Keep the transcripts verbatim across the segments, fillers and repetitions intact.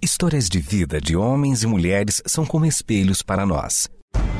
Histórias de vida de homens e mulheres são como espelhos para nós.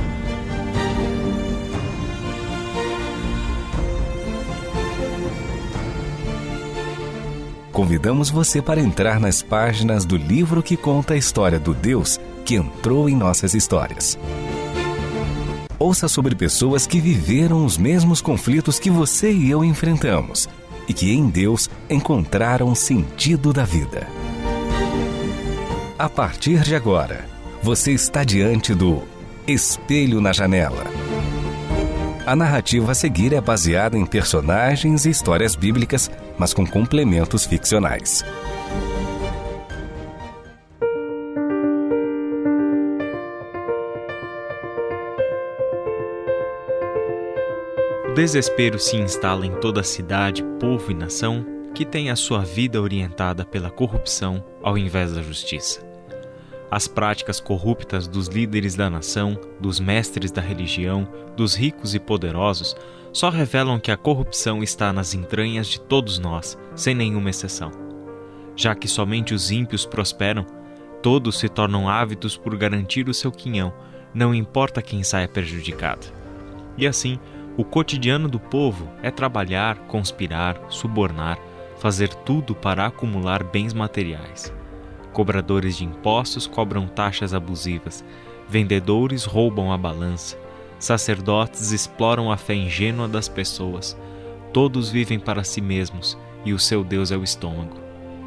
Convidamos você para entrar nas páginas do livro que conta a história do Deus que entrou em nossas histórias. Ouça sobre pessoas que viveram os mesmos conflitos que você e eu enfrentamos e que em Deus encontraram o sentido da vida. A partir de agora, você está diante do Espelho na Janela. A narrativa a seguir é baseada em personagens e histórias bíblicas, mas com complementos ficcionais. O desespero se instala em toda a cidade, povo e nação que tem a sua vida orientada pela corrupção ao invés da justiça. As práticas corruptas dos líderes da nação, dos mestres da religião, dos ricos e poderosos só revelam que a corrupção está nas entranhas de todos nós, sem nenhuma exceção. Já que somente os ímpios prosperam, todos se tornam ávidos por garantir o seu quinhão, não importa quem saia prejudicado. E assim, o cotidiano do povo é trabalhar, conspirar, subornar, fazer tudo para acumular bens materiais. Cobradores de impostos cobram taxas abusivas, vendedores roubam a balança, sacerdotes exploram a fé ingênua das pessoas, todos vivem para si mesmos e o seu Deus é o estômago.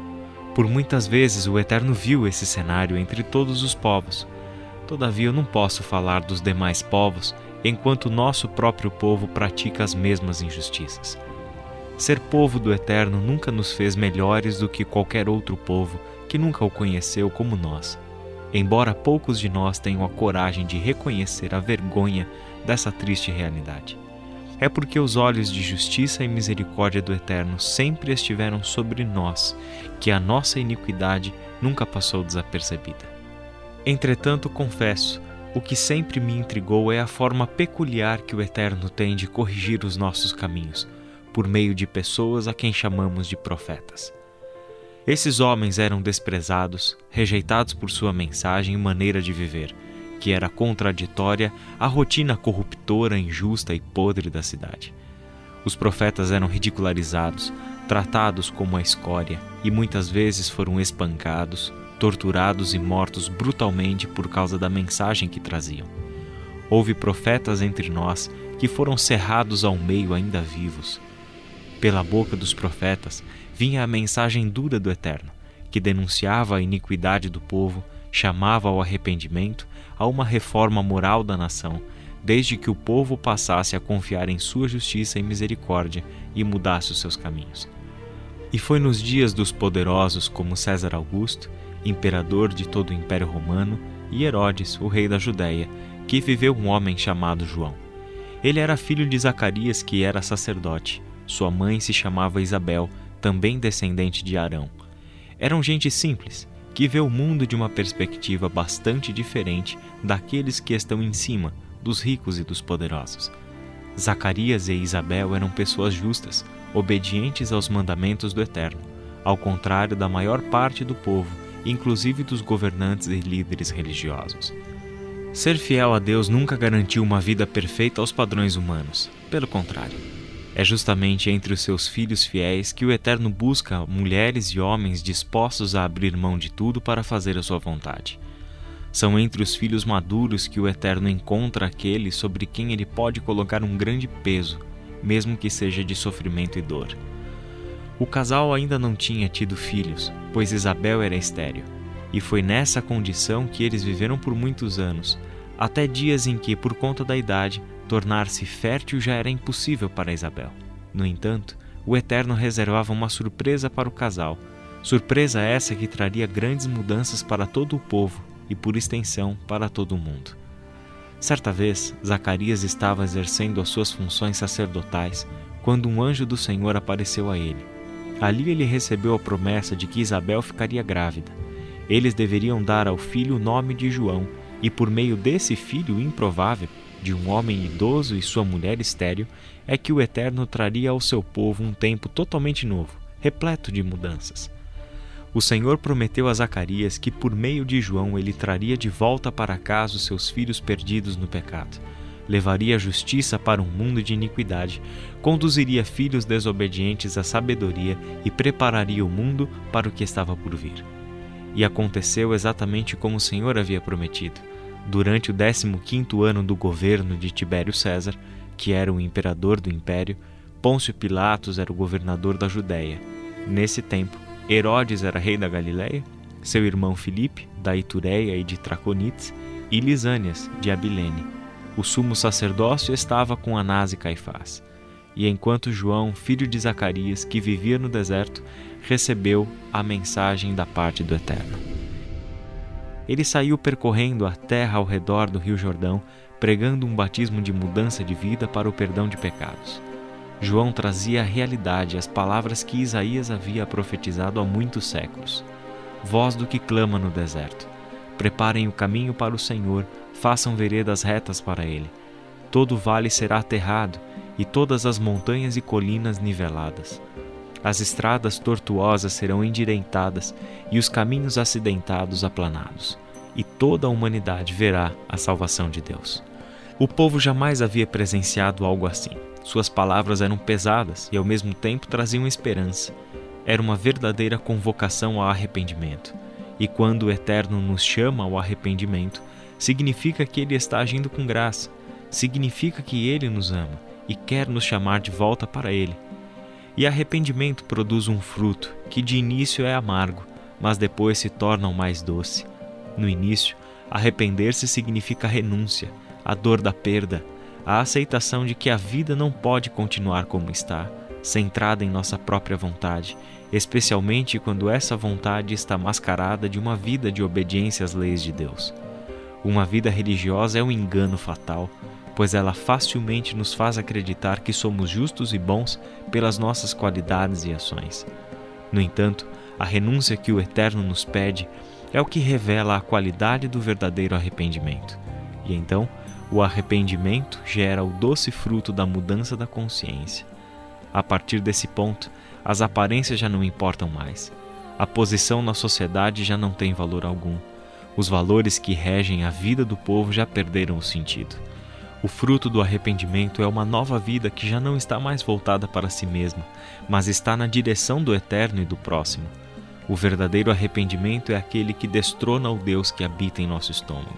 Por muitas vezes o Eterno viu esse cenário entre todos os povos. Todavia eu não posso falar dos demais povos enquanto nosso próprio povo pratica as mesmas injustiças. Ser povo do Eterno nunca nos fez melhores do que qualquer outro povo que nunca o conheceu como nós, embora poucos de nós tenham a coragem de reconhecer a vergonha dessa triste realidade. É porque os olhos de justiça e misericórdia do Eterno sempre estiveram sobre nós, que a nossa iniquidade nunca passou desapercebida. Entretanto, confesso, o que sempre me intrigou é a forma peculiar que o Eterno tem de corrigir os nossos caminhos, por meio de pessoas a quem chamamos de profetas. Esses homens eram desprezados, rejeitados por sua mensagem e maneira de viver, que era contraditória à rotina corruptora, injusta e podre da cidade. Os profetas eram ridicularizados, tratados como a escória e muitas vezes foram espancados, torturados e mortos brutalmente por causa da mensagem que traziam. Houve profetas entre nós que foram cerrados ao meio ainda vivos. Pela boca dos profetas vinha a mensagem dura do Eterno, que denunciava a iniquidade do povo, chamava ao arrependimento, a uma reforma moral da nação, desde que o povo passasse a confiar em sua justiça e misericórdia e mudasse os seus caminhos. E foi nos dias dos poderosos como César Augusto, imperador de todo o Império Romano, e Herodes, o rei da Judéia, que viveu um homem chamado João. Ele era filho de Zacarias, que era sacerdote. Sua mãe se chamava Isabel, também descendente de Arão. Eram gente simples, que vê o mundo de uma perspectiva bastante diferente daqueles que estão em cima, dos ricos e dos poderosos. Zacarias e Isabel eram pessoas justas, obedientes aos mandamentos do Eterno, ao contrário da maior parte do povo, inclusive dos governantes e líderes religiosos. Ser fiel a Deus nunca garantiu uma vida perfeita aos padrões humanos, pelo contrário. É justamente entre os seus filhos fiéis que o Eterno busca mulheres e homens dispostos a abrir mão de tudo para fazer a sua vontade. São entre os filhos maduros que o Eterno encontra aquele sobre quem ele pode colocar um grande peso, mesmo que seja de sofrimento e dor. O casal ainda não tinha tido filhos, pois Isabel era estéril, e foi nessa condição que eles viveram por muitos anos, até dias em que, por conta da idade, tornar-se fértil já era impossível para Isabel. No entanto, o Eterno reservava uma surpresa para o casal, surpresa essa que traria grandes mudanças para todo o povo e, por extensão, para todo o mundo. Certa vez, Zacarias estava exercendo as suas funções sacerdotais quando um anjo do Senhor apareceu a ele. Ali ele recebeu a promessa de que Isabel ficaria grávida. Eles deveriam dar ao filho o nome de João, e por meio desse filho improvável, de um homem idoso e sua mulher estéril, é que o Eterno traria ao seu povo um tempo totalmente novo, repleto de mudanças. O Senhor prometeu a Zacarias que por meio de João ele traria de volta para casa os seus filhos perdidos no pecado, levaria a justiça para um mundo de iniquidade, conduziria filhos desobedientes à sabedoria e prepararia o mundo para o que estava por vir. E aconteceu exatamente como o Senhor havia prometido. Durante o décimo quinto ano do governo de Tibério César, que era o imperador do império, Pôncio Pilatos era o governador da Judéia. Nesse tempo, Herodes era rei da Galiléia, seu irmão Filipe, da Itureia e de Traconites, e Lisânias, de Abilene. O sumo sacerdócio estava com Anás e Caifás. E enquanto João, filho de Zacarias, que vivia no deserto, recebeu a mensagem da parte do Eterno. Ele saiu percorrendo a terra ao redor do rio Jordão, pregando um batismo de mudança de vida para o perdão de pecados. João trazia à realidade as palavras que Isaías havia profetizado há muitos séculos. Voz do que clama no deserto: preparem o caminho para o Senhor, façam veredas retas para ele. Todo vale será aterrado, e todas as montanhas e colinas niveladas. As estradas tortuosas serão endireitadas, e os caminhos acidentados aplanados. E toda a humanidade verá a salvação de Deus. O povo jamais havia presenciado algo assim. Suas palavras eram pesadas e ao mesmo tempo traziam esperança. Era uma verdadeira convocação ao arrependimento. E quando o Eterno nos chama ao arrependimento, significa que Ele está agindo com graça. Significa que Ele nos ama e quer nos chamar de volta para Ele. E arrependimento produz um fruto que de início é amargo, mas depois se torna o mais doce. No início, arrepender-se significa renúncia, a dor da perda, a aceitação de que a vida não pode continuar como está, centrada em nossa própria vontade, especialmente quando essa vontade está mascarada de uma vida de obediência às leis de Deus. Uma vida religiosa é um engano fatal, pois ela facilmente nos faz acreditar que somos justos e bons pelas nossas qualidades e ações. No entanto, a renúncia que o Eterno nos pede é o que revela a qualidade do verdadeiro arrependimento. E então, o arrependimento gera o doce fruto da mudança da consciência. A partir desse ponto, as aparências já não importam mais. A posição na sociedade já não tem valor algum. Os valores que regem a vida do povo já perderam o sentido. O fruto do arrependimento é uma nova vida que já não está mais voltada para si mesma, mas está na direção do Eterno e do próximo. O verdadeiro arrependimento é aquele que destrona o Deus que habita em nosso estômago.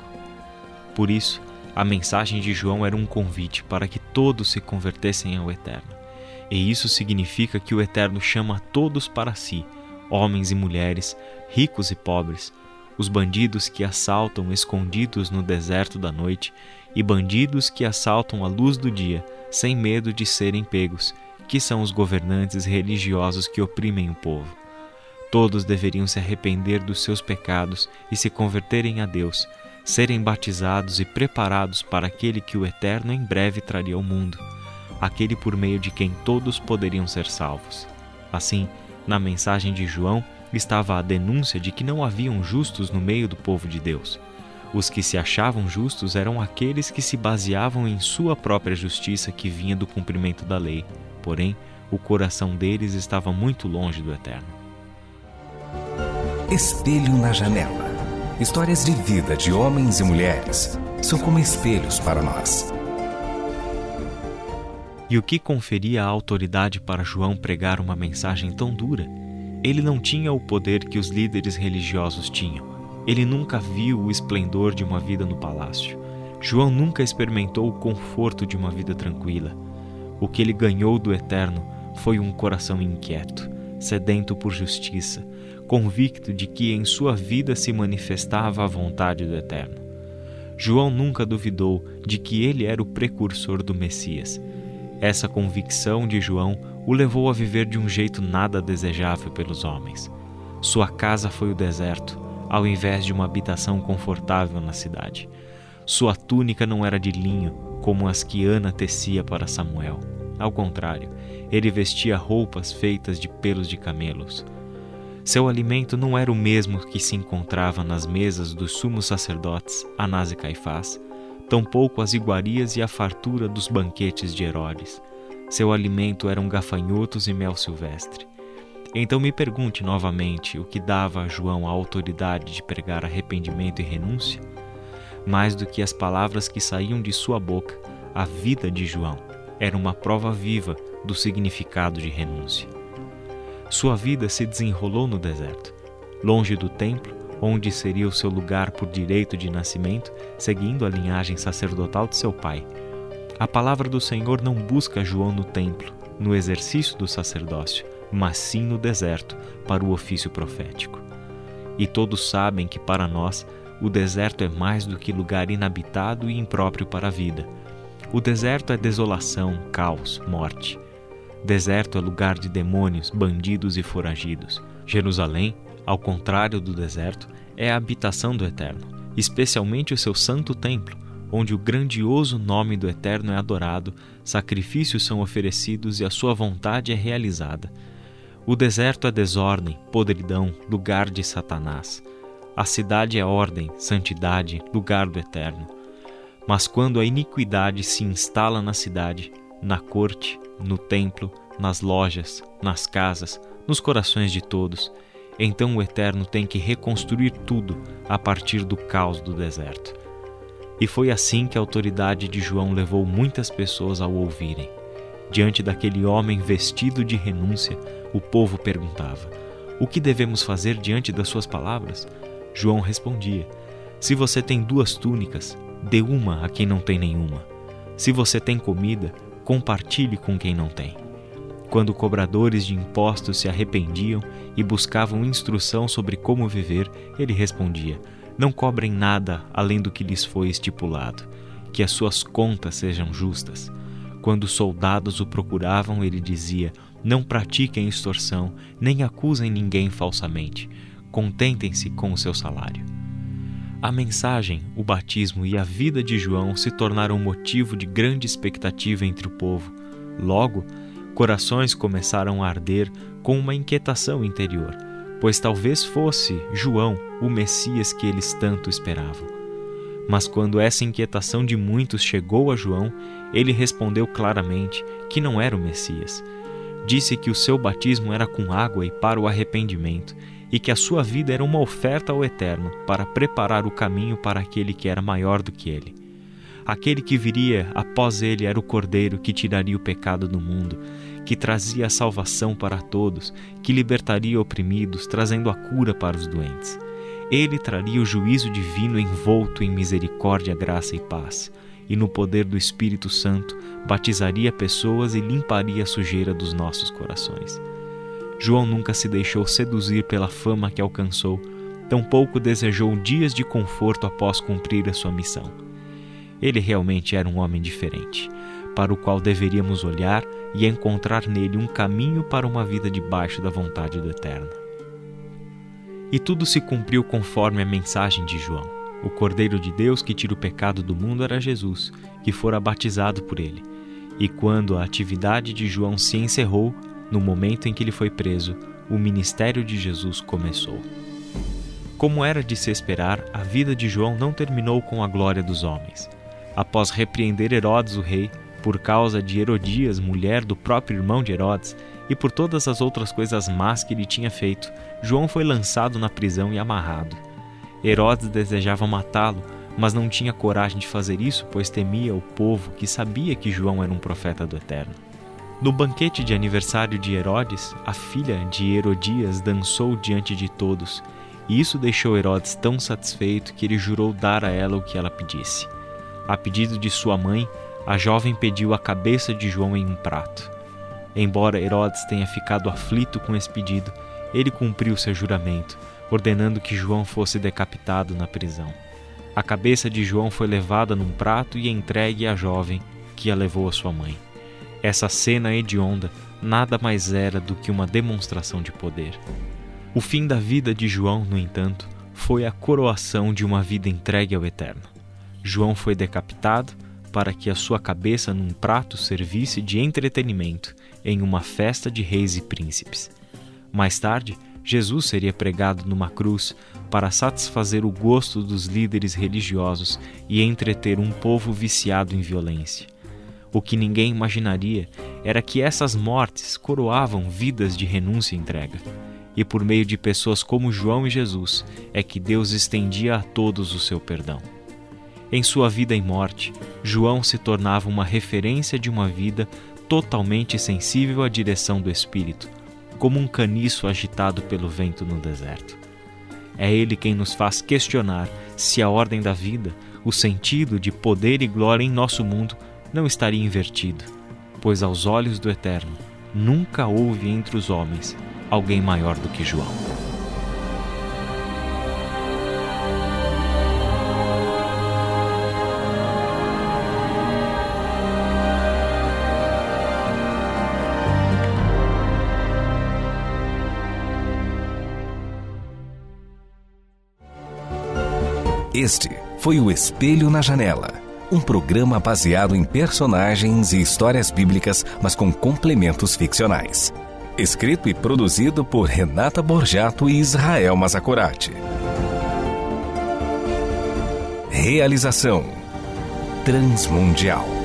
Por isso, a mensagem de João era um convite para que todos se convertessem ao Eterno. E isso significa que o Eterno chama todos para si, homens e mulheres, ricos e pobres, os bandidos que assaltam escondidos no deserto da noite e bandidos que assaltam à luz do dia, sem medo de serem pegos, que são os governantes religiosos que oprimem o povo. Todos deveriam se arrepender dos seus pecados e se converterem a Deus, serem batizados e preparados para aquele que o Eterno em breve traria ao mundo, aquele por meio de quem todos poderiam ser salvos. Assim, na mensagem de João estava a denúncia de que não haviam justos no meio do povo de Deus. Os que se achavam justos eram aqueles que se baseavam em sua própria justiça que vinha do cumprimento da lei, porém, o coração deles estava muito longe do Eterno. Espelho na janela. Histórias de vida de homens e mulheres são como espelhos para nós. E o que conferia a autoridade para João pregar uma mensagem tão dura? Ele não tinha o poder que os líderes religiosos tinham. Ele nunca viu o esplendor de uma vida no palácio. João nunca experimentou o conforto de uma vida tranquila. O que ele ganhou do Eterno foi um coração inquieto, sedento por justiça, convicto de que em sua vida se manifestava a vontade do Eterno. João nunca duvidou de que ele era o precursor do Messias. Essa convicção de João o levou a viver de um jeito nada desejável pelos homens. Sua casa foi o deserto, ao invés de uma habitação confortável na cidade. Sua túnica não era de linho, como as que Ana tecia para Samuel. Ao contrário, ele vestia roupas feitas de pelos de camelos. Seu alimento não era o mesmo que se encontrava nas mesas dos sumos sacerdotes, Anás e Caifás, tampouco as iguarias e a fartura dos banquetes de Herodes. Seu alimento eram gafanhotos e mel silvestre. Então me pergunte novamente o que dava a João a autoridade de pregar arrependimento e renúncia? Mais do que as palavras que saíam de sua boca, a vida de João era uma prova viva do significado de renúncia. Sua vida se desenrolou no deserto, longe do templo, onde seria o seu lugar por direito de nascimento, seguindo a linhagem sacerdotal de seu pai. A palavra do Senhor não busca João no templo, no exercício do sacerdócio, mas sim no deserto, para o ofício profético. E todos sabem que para nós, o deserto é mais do que lugar inabitado e impróprio para a vida. O deserto é desolação, caos, morte. Deserto é lugar de demônios, bandidos e foragidos. Jerusalém, ao contrário do deserto, é a habitação do Eterno, especialmente o seu santo templo, onde o grandioso nome do Eterno é adorado, sacrifícios são oferecidos e a sua vontade é realizada. O deserto é desordem, podridão, lugar de Satanás. A cidade é ordem, santidade, lugar do Eterno. Mas quando a iniquidade se instala na cidade, na corte, no templo, nas lojas, nas casas, nos corações de todos, então o Eterno tem que reconstruir tudo a partir do caos do deserto. E foi assim que a autoridade de João levou muitas pessoas ao ouvirem. Diante daquele homem vestido de renúncia, o povo perguntava: o que devemos fazer diante das suas palavras? João respondia: se você tem duas túnicas, dê uma a quem não tem nenhuma. Se você tem comida, compartilhe com quem não tem. Quando cobradores de impostos se arrependiam e buscavam instrução sobre como viver, ele respondia: não cobrem nada além do que lhes foi estipulado, que as suas contas sejam justas. Quando os soldados o procuravam, ele dizia: não pratiquem extorsão, nem acusem ninguém falsamente. Contentem-se com o seu salário. A mensagem, o batismo e a vida de João se tornaram motivo de grande expectativa entre o povo. Logo, corações começaram a arder com uma inquietação interior, pois talvez fosse João o Messias que eles tanto esperavam. Mas quando essa inquietação de muitos chegou a João, ele respondeu claramente que não era o Messias. Disse que o seu batismo era com água e para o arrependimento, e que a sua vida era uma oferta ao Eterno para preparar o caminho para aquele que era maior do que ele. Aquele que viria após ele era o Cordeiro que tiraria o pecado do mundo, que trazia a salvação para todos, que libertaria oprimidos, trazendo a cura para os doentes. Ele traria o juízo divino envolto em misericórdia, graça e paz, e no poder do Espírito Santo batizaria pessoas e limparia a sujeira dos nossos corações. João nunca se deixou seduzir pela fama que alcançou, tampouco desejou dias de conforto após cumprir a sua missão. Ele realmente era um homem diferente, para o qual deveríamos olhar e encontrar nele um caminho para uma vida debaixo da vontade do Eterno. E tudo se cumpriu conforme a mensagem de João. O Cordeiro de Deus que tira o pecado do mundo era Jesus, que fora batizado por ele. E quando a atividade de João se encerrou, no momento em que ele foi preso, o ministério de Jesus começou. Como era de se esperar, a vida de João não terminou com a glória dos homens. Após repreender Herodes o rei, por causa de Herodias, mulher do próprio irmão de Herodes, e por todas as outras coisas más que ele tinha feito, João foi lançado na prisão e amarrado. Herodes desejava matá-lo, mas não tinha coragem de fazer isso, pois temia o povo que sabia que João era um profeta do Eterno. No banquete de aniversário de Herodes, a filha de Herodias dançou diante de todos, e isso deixou Herodes tão satisfeito que ele jurou dar a ela o que ela pedisse. A pedido de sua mãe, a jovem pediu a cabeça de João em um prato. Embora Herodes tenha ficado aflito com esse pedido, ele cumpriu seu juramento, ordenando que João fosse decapitado na prisão. A cabeça de João foi levada num prato e entregue à jovem, que a levou à sua mãe. Essa cena hedionda nada mais era do que uma demonstração de poder. O fim da vida de João, no entanto, foi a coroação de uma vida entregue ao Eterno. João foi decapitado para que a sua cabeça num prato servisse de entretenimento em uma festa de reis e príncipes. Mais tarde, Jesus seria pregado numa cruz para satisfazer o gosto dos líderes religiosos e entreter um povo viciado em violência. O que ninguém imaginaria era que essas mortes coroavam vidas de renúncia e entrega. E por meio de pessoas como João e Jesus é que Deus estendia a todos o seu perdão. Em sua vida e morte, João se tornava uma referência de uma vida totalmente sensível à direção do Espírito, como um caniço agitado pelo vento no deserto. É ele quem nos faz questionar se a ordem da vida, o sentido de poder e glória em nosso mundo não estaria invertido, pois aos olhos do Eterno nunca houve entre os homens alguém maior do que João. Este foi o Espelho na Janela, um programa baseado em personagens e histórias bíblicas, mas com complementos ficcionais. Escrito e produzido por Renata Borjato e Israel Mazakorati. Realização Transmundial.